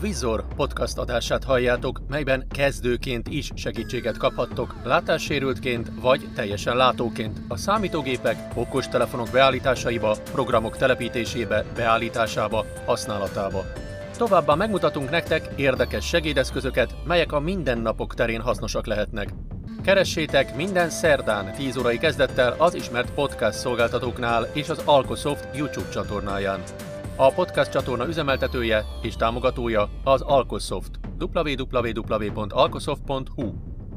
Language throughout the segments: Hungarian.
Vizor podcast adását halljátok, melyben kezdőként is segítséget kaphattok, látássérültként vagy teljesen látóként a számítógépek, okostelefonok beállításaiba, programok telepítésébe, beállításába, használatába. Továbbá megmutatunk nektek érdekes segédeszközöket, melyek a mindennapok terén hasznosak lehetnek. Keressétek minden szerdán 10 órai kezdettel az ismert podcast szolgáltatóknál és az Alkosoft YouTube csatornáján. A podcast csatorna üzemeltetője és támogatója az Alkosoft. www.alkosoft.hu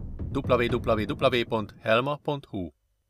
www.helma.hu.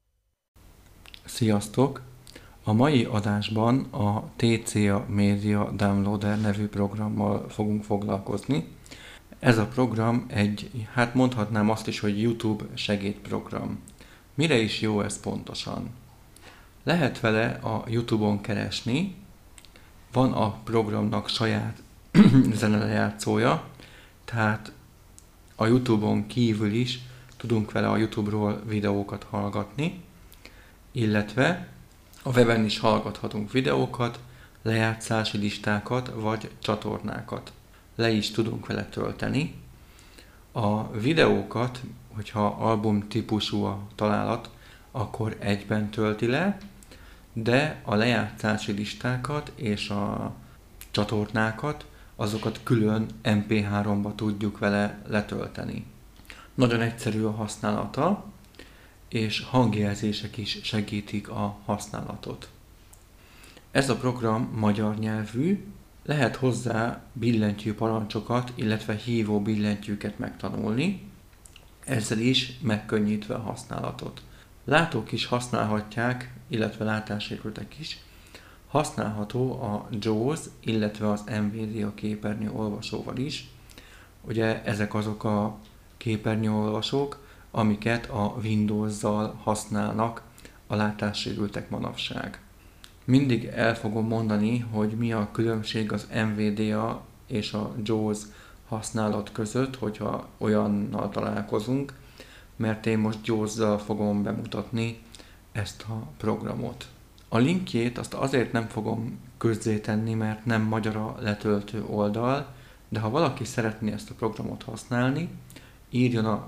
Sziasztok! A mai adásban a TCA Media Downloader nevű programmal fogunk foglalkozni. Ez a program mondhatnám azt is, hogy YouTube segédprogram. Mire is jó ez pontosan? Lehet vele a YouTube-on keresni, van a programnak saját zenelejátszója, tehát a YouTube-on kívül is tudunk vele a YouTube-ról videókat hallgatni, illetve a weben is hallgathatunk videókat, lejátszási listákat vagy csatornákat. Le is tudunk vele tölteni. A videókat, hogyha album típusú a találat, akkor egyben tölti le, de a lejátszási listákat és a csatornákat, azokat külön MP3-ba tudjuk vele letölteni. Nagyon egyszerű a használata, és hangjelzések is segítik a használatot. Ez a program magyar nyelvű, lehet hozzá billentyű parancsokat, illetve hívó billentyűket megtanulni, ezzel is megkönnyítve a használatot. Látók is használhatják, illetve látássérültek is. Használható a JAWS, illetve az NVIDIA képernyő olvasóval is. Ugye ezek azok a képernyőolvasók, amiket a Windows-zal használnak a látássérültek manapság. Mindig el fogom mondani, hogy mi a különbség az NVIDIA és a JAWS használat között, hogyha olyannal találkozunk, mert én most JAWS-zal fogom bemutatni ezt a programot. A linkjét azt azért nem fogom közzétenni, mert nem magyar a letöltő oldal, de ha valaki szeretné ezt a programot használni, írjon a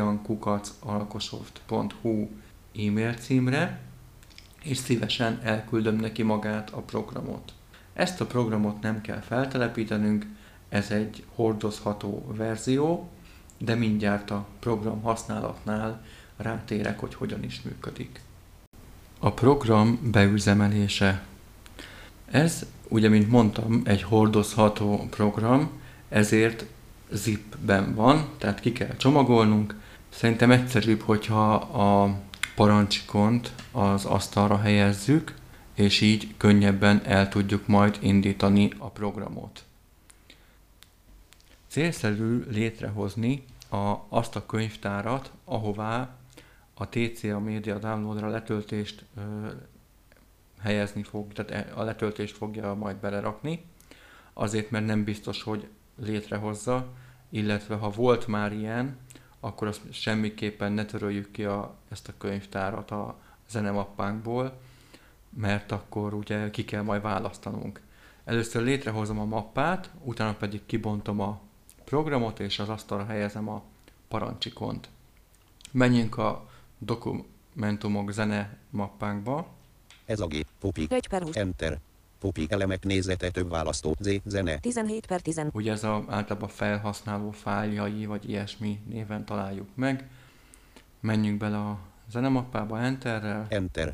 christian@alkosoft.hu e-mail címre, és szívesen elküldöm neki magát a programot. Ezt a programot nem kell feltelepítenünk, ez egy hordozható verzió, de mindjárt a program használatnál rátérek, hogy hogyan is működik. A program beüzemelése. Ez, ugye, mint mondtam, egy hordozható program, ezért zip-ben van, tehát ki kell csomagolnunk. Szerintem egyszerűbb, hogyha a parancsikont az asztalra helyezzük, és így könnyebben el tudjuk majd indítani a programot. Célszerű létrehozni azt a könyvtárat, ahová a TCA Media Downloadra letöltést helyezni fog, tehát a letöltést fogja majd belerakni, azért, mert nem biztos, hogy létrehozza, illetve ha volt már ilyen, akkor azt semmiképpen ne töröljük ki ezt a könyvtárat a zenemappánkból, mert akkor ugye ki kell majd választanunk. Először létrehozom a mappát, utána pedig kibontom a programot, és az asztalra helyezem a parancsikont. Menjünk a dokumentumok zene mappánkba. Ez a gép, Pupi, Enter, Pupi elemek nézete több választó, zene. 17/10. Ugye ez általában felhasználó fájljai, vagy ilyesmi néven találjuk meg. Menjünk bele a zenemappába, Enterrel. Enter,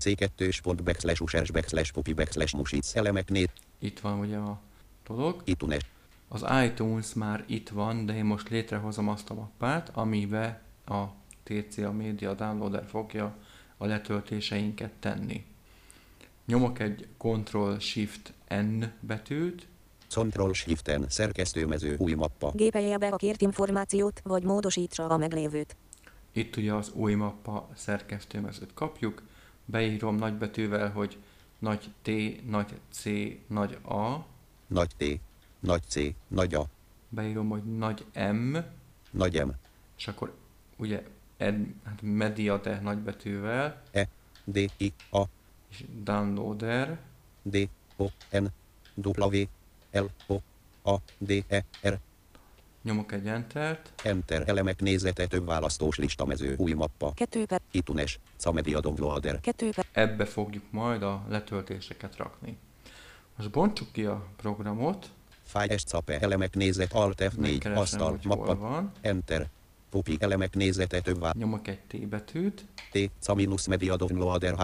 c2./users/pupi/music elemek néz. Itt van ugye a dolog. iTunes. Az iTunes már itt van, de én most létrehozom azt a mappát, amiben a TCA Media Downloader fogja a letöltéseinket tenni. Nyomok egy Ctrl-Shift-N betűt. Ctrl-Shift-N, szerkesztőmező, új mappa. Gépelje be a kért információt, vagy módosítsa a meglévőt. Itt ugye az új mappa szerkesztőmezőt kapjuk. Beírom nagybetűvel, hogy nagy T, nagy C, nagy A. Nagy T, nagy C, nagy A. Beírom, hogy nagy M. Nagy M. És akkor ugye media de nagybetűvel. E, D, I, A. És downloader. D, O, N, W, L, O, A, D, E, R, Nyomok egy Entert, Enter elemek nézete több választós listamező új mappa. 2 per iTunes, Media Downloader. 2 per ebbe fogjuk majd a letöltéseket rakni. Most bontsuk ki a programot, File SCP elemek nézet Alt F4 megkeresem, asztal hogy hol mappa. van, Enter. Pupi elemek nézete több nyomok egy T betűt, Media Downloader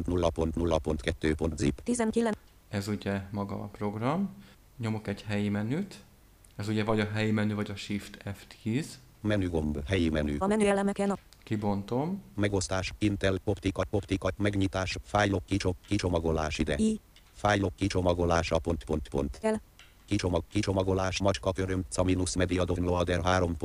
3.0.0.2.zip. 19 ez ugye maga a program, nyomok egy helyi menüt, ez ugye vagy a helyi menü, vagy a Shift F10, Menügomb, helyi menü. a menüelemeken a kibontom, Megosztás, Intel, optika, megnyitás, fájlok, kicsomagolás ide. I Fájlok kicsomagolása, L kicsomagolás, macskaköröm, Media Downloader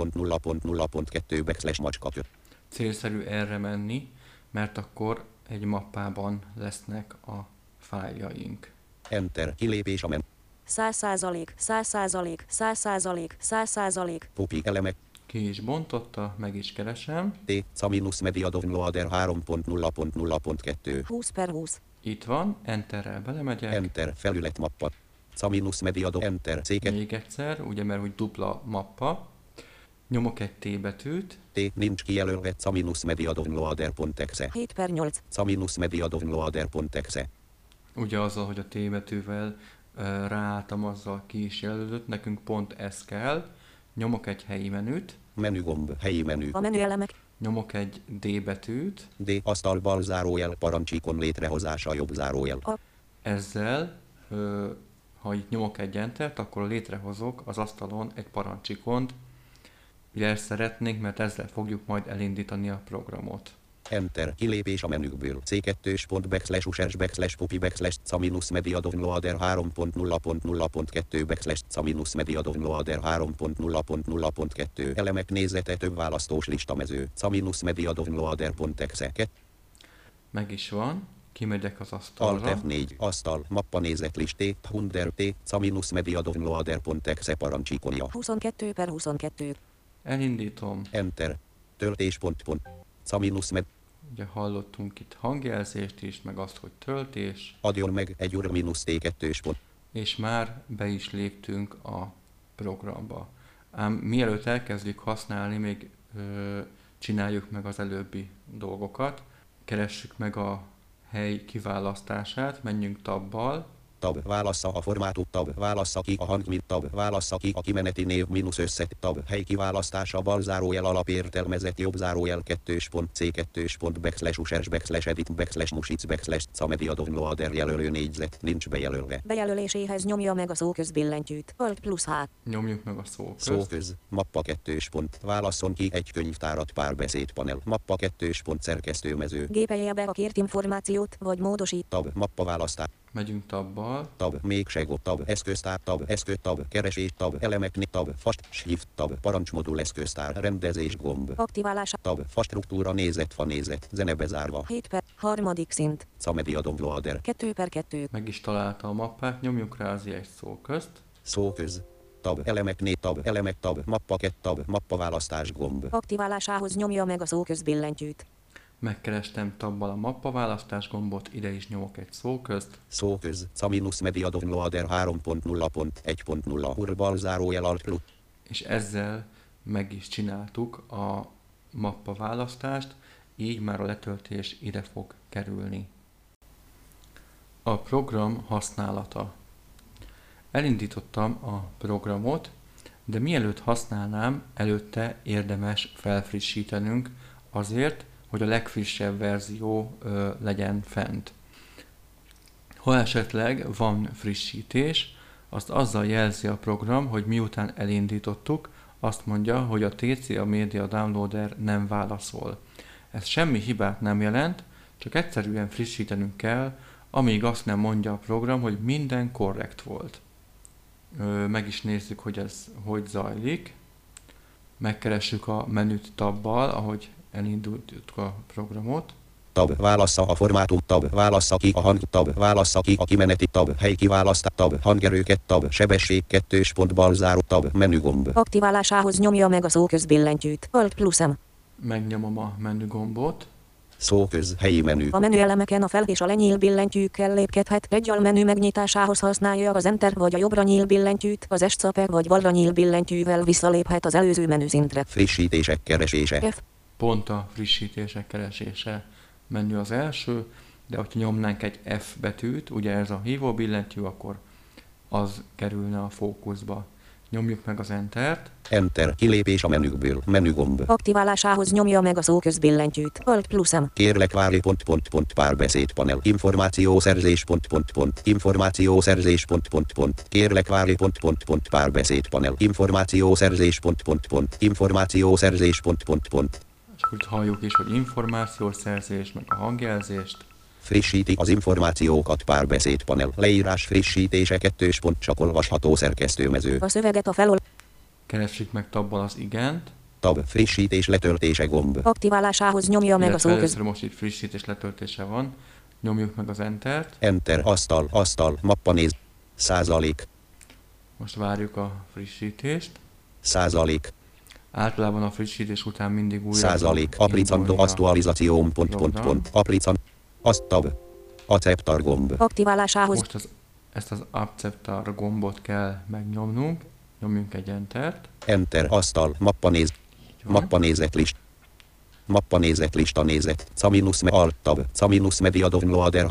3.0.0.2 macskakör. célszerű erre menni, mert akkor egy mappában lesznek a fájljaink. Enter, kilépés a 100%, 100%, 100%, 100%, Pupi elemek, Ki is bontotta, meg is keresem. Media Downloader 3.0.0.2. 20 per 20, Itt van, Enterrel belemegyek. Enter, felületmappa. Media Enter, C2, Még egyszer, ugye mert úgy dupla mappa. Nyomok egy T betűt, T, nincs kijelölve, Media Downloader.exe. 7 per 8, Media Downloader.exe. ugye azzal, hogy a T betűvel ráálltam, azzal ki is jelölődött, nekünk pont ez kell. Nyomok egy helyi menüt, Menügomb, helyi menü. a menüelemek, nyomok egy D betűt, D, asztal bal zárójel, parancsikon létrehozása jobb zárójel. ezzel, ha itt nyomok egy Entert, akkor létrehozok az asztalon egy parancsikont. Ugye ezt szeretnénk, mert ezzel fogjuk majd elindítani a programot. Enter, kilépés a menükből. C2 pont backslash users backslash pupi backslash Media Downloader 3.0.0.2 backslash Media Downloader 3.0.0.2 elemek nézete több választós listamező. Media Downloader.exe. Meg is van, kimegyek az Alt asztalra, F4, asztal, mappa nézet listé, Hunder T, Media Downloader.exe parancsikonja. 22 per 22, elindítom, Enter, töltés pont. Med, ugye hallottunk itt hangjelzést is, meg azt, hogy töltés, adjon meg egy T2 pont. és már be is léptünk a programba. Ám mielőtt elkezdjük használni, még csináljuk meg az előbbi dolgokat. Keressük meg a hely kiválasztását, menjünk tabbal, Tab, válassza a formátum, tab, válassza ki a hangmint, tab, válassza ki a kimeneti név mínusz összet, tab, hely kiválasztása, bal zárójel alapértelmezett, jobb zárójel 2 pont, C2 pont, backslash users, backslash edit, backslash music, backslash Media Downloader jelölő négyzet, nincs bejelölve. bejelöléséhez nyomja meg a szóközbillentyűt, Alt plusz H, nyomjuk meg a szóközt. Szóköz, mappa 2 pont, válasszon ki egy könyvtárat, párbeszédpanel, mappa 2 pont, szerkesztőmező, gépelje be a kért információt, vagy módosít, tab, mappa választás, Megyünk tabbal, tab, még segó, tab, eszköztár, tab, tab, keresés, tab, elemek, tab, fast, shift, tab, parancsmodul eszköztár, rendezés gomb, aktiválása, tab, fa struktúra nézet, fa nézet, zene bezárva, 7 per, harmadik szint, Media Downloader, 2 per 2, meg is találta a mappát, nyomjuk rá az egy szóközt, szóköz, tab, elemek, tab, mappa 2, tab, mappa választás gomb, aktiválásához nyomja meg a szóközbillentyűt, megkerestem tabbal a mappaválasztás gombot, ide is nyomok egy szóközt, szóköz, Media Downloader 3.0.1.0, urbal zárójel alt plusz, és ezzel meg is csináltuk a mappaválasztást, így már a letöltés ide fog kerülni. A program használata. Elindítottam a programot, de mielőtt használnám, előtte érdemes felfrissítenünk azért, hogy a legfrissebb verzió legyen fent. Ha esetleg van frissítés, azt azzal jelzi a program, hogy miután elindítottuk, azt mondja, hogy a TCA Media Downloader nem válaszol. Ez semmi hibát nem jelent, csak egyszerűen frissítenünk kell, amíg azt nem mondja a program, hogy minden korrekt volt. Meg is nézzük, hogy ez hogy zajlik. Megkeressük a menüt tabbal, ahogy elindultuk a programot. tab, válassza a formátum, tab, válassza ki a hang, tab, válassza ki a kimeneti, tab, hely kiválasztás, tab, hangerőket, tab, sebesség 2 pont, bal záró, tab, menügomb, aktiválásához nyomja meg a szóközbillentyűt, Alt plusz M, Megnyomom a menügombot, Szóköz helyi menü. A menüelemeken a fel és a lenyíl billentyűkkel lépkedhet. Egy almenü megnyitásához használja az Enter vagy a jobbra nyíl billentyűt, az Escape vagy balra nyíl billentyűvel visszaléphet az előző menüszintre. Frissítések keresése. F. Pont a frissítések keresése menü az első, de hogyha nyomnánk egy F betűt, ugye ez a hívó billentyű, akkor az kerülne a fókuszba. Nyomjuk meg az Entert. Enter. Kilépés a menükből. Menügomb. Aktiválásához nyomja meg a szóköz billentyűt. Alt plusz M. Kérlek várj párbeszédpanel. Információszerzés Információszerzés Kérlek várj párbeszédpanel. Információszerzés Információszerzés És akkor itt halljuk is, hogy információszerzés, meg a hangjelzést. Frissíti az információkat párbeszédpanel. Leírás frissítése 2. Csak olvasható szerkesztőmező. A szöveget a felol. Keressük meg tabbal az igent. Tab. Frissítés letöltése gomb. Aktiválásához nyomja meg a Illetve szóköz. először most itt frissítés letöltése van. Nyomjuk meg az Entert. Enter. Asztal. Mappanéz. Százalék. Most várjuk a frissítést. Százalék. Általában a frissítés után mindig újra Százalék. Applicando aktualizáción. Applicant. Tab. Acceptar gomb. Aktiválásához Most ezt az Acceptar gombot kell megnyomnunk. Nyomjunk egy Entert. Enter. Asztal. Mappanéz. Van. Mappanézet list. Mappanézet lista nézet. Caminus alt tab. Caminus media downloader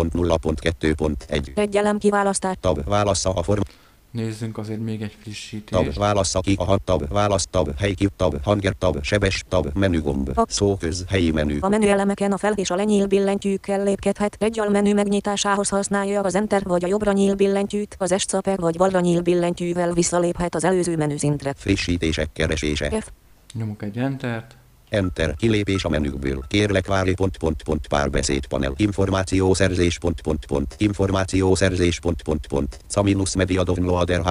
3.0.2.1. egy elem kiválasztás. Tab. Válassza a form. Nézzünk azért még egy Tab. frissítést. Válassza ki a hat tab. Válasz tab. Helykép tab. Hanger tab. Sebes tab. Menügomb. Szóköz helyi menü. A menüelemeken a fel és a lenyíl billentyűkkel lépkedhet. Egy almenü megnyitásához használja az Enter vagy a jobbra nyíl billentyűt, az Escape vagy balra nyíl billentyűvel visszaléphet az előző menüszintre. Frissítések keresése. F. Nyomok egy Entert. Enter. Kilépés a menükből. Kérlek várj párbeszédpanel. Információszerzés Információszerzés Caminus media downloader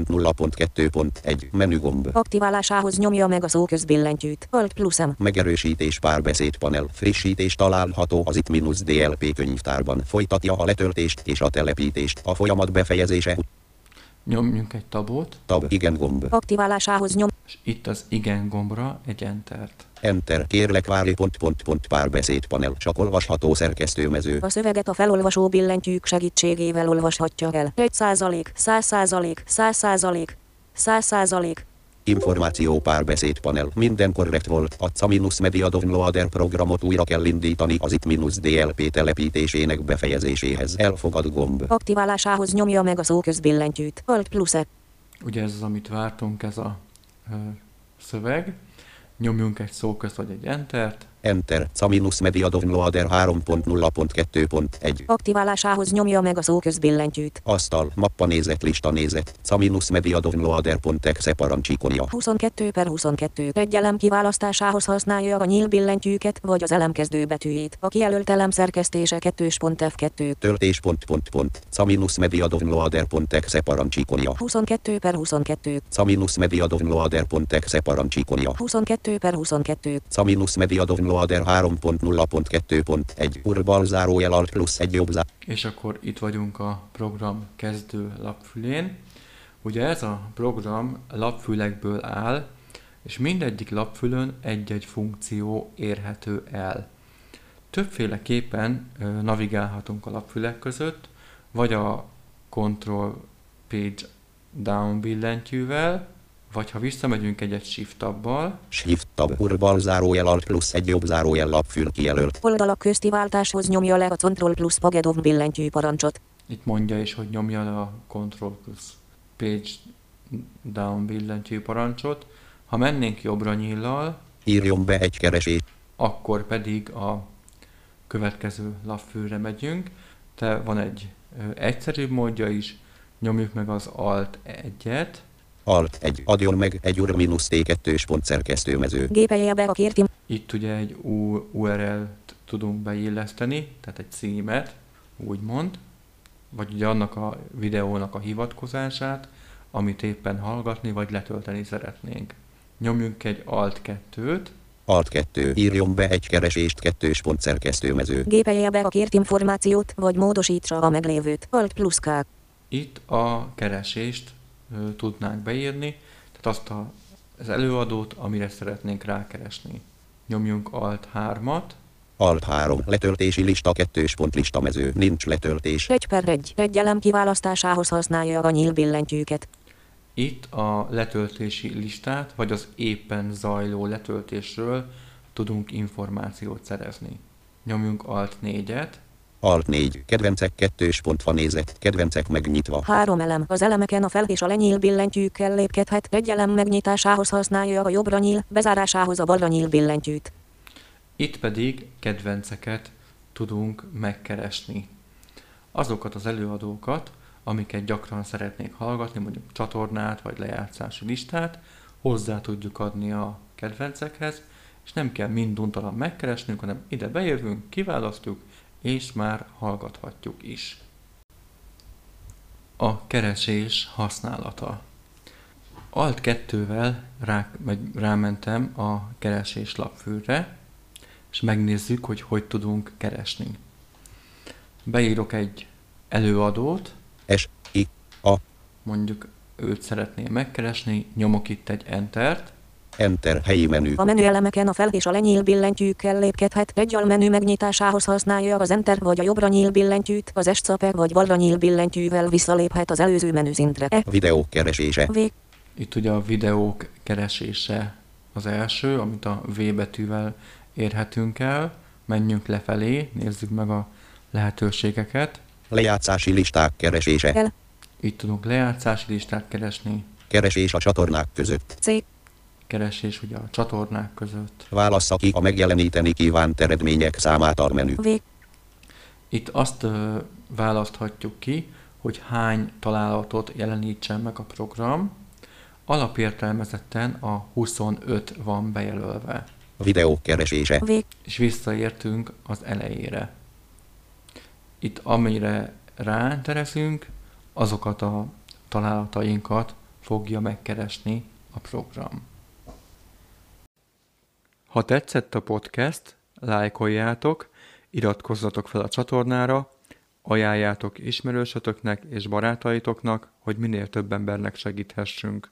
3.0.2.1. Menügomb. Aktiválásához nyomja meg a szóköz billentyűt. Alt plusz M. Megerősítés párbeszédpanel. Frissítés található az IT-DLP könyvtárban. Folytatja a letöltést és a telepítést. A folyamat befejezése. Nyomjunk egy tabot. Tab. Igen gomb. Aktiválásához nyom. És itt az igen gombra egy Entert. Enter. Kérlek várj párbeszédpanel. Csak olvasható szerkesztőmező. A szöveget a felolvasó billentyűk segítségével olvashatja el. 1%, 100%, 100%, 100%. Információ párbeszédpanel. Minden korrekt volt. A Caminus Media Downloader programot újra kell indítani az IT-DLP telepítésének befejezéséhez. Elfogad gomb. Aktiválásához nyomja meg a szóköz billentyűt. Alt plusz E. Ugye ez az, amit vártunk, ez a szöveg. Nyomjunk egy szóközt vagy egy Entert. Enter. Caminus Media Downloader 3.0.2.1. Aktiválásához nyomja meg a szóköz billentyűt. Asztal. Mappanézet lista nézet. Caminus Media Downloader.exe parancsíkonja. 22/22. Egy elem kiválasztásához használja a nyíl billentyűket vagy az elem kezdő betűjét. A kijelölt elem szerkesztése 2.f2. Töltés. Caminus Media Downloader.exe parancsíkonja. 22/22. Caminus Media Downloader.exe parancsíkonja. 22/22. Caminus Media Downloader 3.0.2.1. Urbal zárójel alt plusz egy jobb És akkor itt vagyunk a program kezdő lapfülén. Ugye ez a program lapfülekből áll, és mindegyik lapfülön egy-egy funkció érhető el. Többféleképpen navigálhatunk a lapfülek között, vagy a Control Page Down billentyűvel, vagy ha visszamegyünk egy Shift tabbal. Shift tab. Urbal zárójel alt plusz egy jobb zárójel lapfül kijelölt. Oldalak közti váltáshoz nyomja le a Control plusz Page Down billentyű parancsot. Itt mondja is, hogy nyomja le a Control plusz Page Down billentyű parancsot. Ha mennénk jobbra nyíllal, Írjon be egy keresés. akkor pedig a következő lapfülre megyünk. De van egy egyszerűbb módja is, nyomjuk meg az Alt 1-et. Alt 1. Adjon meg egy URL-T2 szerkesztőmező. Gépelje be a kértim. Itt ugye egy URL-t tudunk beilleszteni, tehát egy címet, úgymond, vagy ugye annak a videónak a hivatkozását, amit éppen hallgatni vagy letölteni szeretnénk. Nyomjunk egy Alt 2-t. Alt 2. Írjon be egy keresést 2 szerkesztőmező. Gépelje be a kért információt, vagy módosítsa a meglévőt. Alt plusz K. Itt a keresést tudnánk beírni, tehát azt az előadót, amire szeretnénk rákeresni. Nyomjunk Alt 3-at, Alt 3. Letöltési lista 2. Lista mező. Nincs letöltés. 1/1. Egy elem kiválasztásához használja a nyíl billentyűket. Itt a letöltési listát, vagy az éppen zajló letöltésről tudunk információt szerezni. Nyomjunk Alt 4-et. Alt 4. Kedvencek 2. Fa nézet. Kedvencek megnyitva. 3 elem. Az elemeken a fel és a lenyíl billentyűkkel lépkedhet. Egy elem megnyitásához használja a jobbra nyíl, bezárásához a balra nyíl billentyűt. Itt pedig kedvenceket tudunk megkeresni. Azokat az előadókat, amiket gyakran szeretnék hallgatni, mondjuk csatornát vagy lejátszási listát, hozzá tudjuk adni a kedvencekhez, és nem kell minduntalan megkeresnünk, hanem ide bejövünk, kiválasztjuk, és már hallgathatjuk is. A keresés használata. Alt 2-vel rámentem a keresés lapfűre, és megnézzük, hogy tudunk keresni. Beírok egy előadót, S-I-A. mondjuk őt szeretném megkeresni, nyomok itt egy Entert. Enter helyi menü. A menüelemeken a fel és a lenyíl billentyűkkel lépkedhet. Egy almenü megnyitásához használja az Enter vagy a jobbra nyíl billentyűt, az S-caper vagy balra nyíl billentyűvel visszaléphet az előző menüszintre. Videók keresése. V. Itt ugye a videók keresése az első, amit a V betűvel érhetünk el. Menjünk lefelé, nézzük meg a lehetőségeket. Lejátszási listák keresése. L. Itt tudunk lejátszási listát keresni. Keresés a csatornák között. C. Keresés ugye a csatornák között. Válassza ki a megjeleníteni kívánt eredmények számát a menü. V. Itt azt választhatjuk ki, hogy hány találatot jelenítsen meg a program. Alapértelmezetten a 25 van bejelölve. Videók keresése. V. És visszaértünk az elejére. Itt amire rátereszünk, azokat a találatainkat fogja megkeresni a program. Ha tetszett a podcast, lájkoljátok, iratkozzatok fel a csatornára, ajánljátok ismerősötöknek és barátaitoknak, hogy minél több embernek segíthessünk.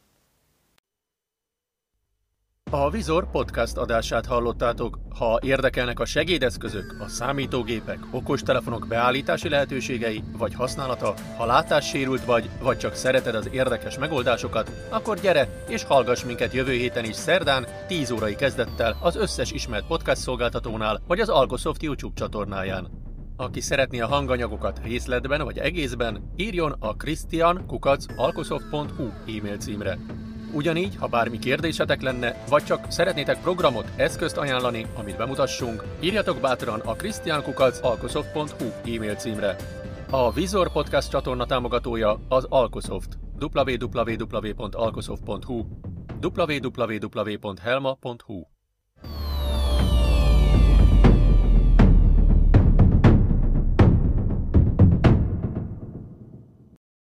A Vizor podcast adását hallottátok. Ha érdekelnek a segédeszközök, a számítógépek, okostelefonok beállítási lehetőségei vagy használata, ha látássérült vagy csak szereted az érdekes megoldásokat, akkor gyere és hallgass minket jövő héten is szerdán 10 órai kezdettel az összes ismert podcast szolgáltatónál vagy az Algosoft YouTube csatornáján. Aki szeretné a hanganyagokat részletben vagy egészben, írjon a christian@algosoft.hu e-mail címre. Ugyanígy, ha bármi kérdésetek lenne, vagy csak szeretnétek programot, eszközt ajánlani, amit bemutassunk, írjatok bátran a christian@algosoft.hu e-mail címre. A Vizor Podcast csatorna támogatója az Algosoft. www.algosoft.hu www.helma.hu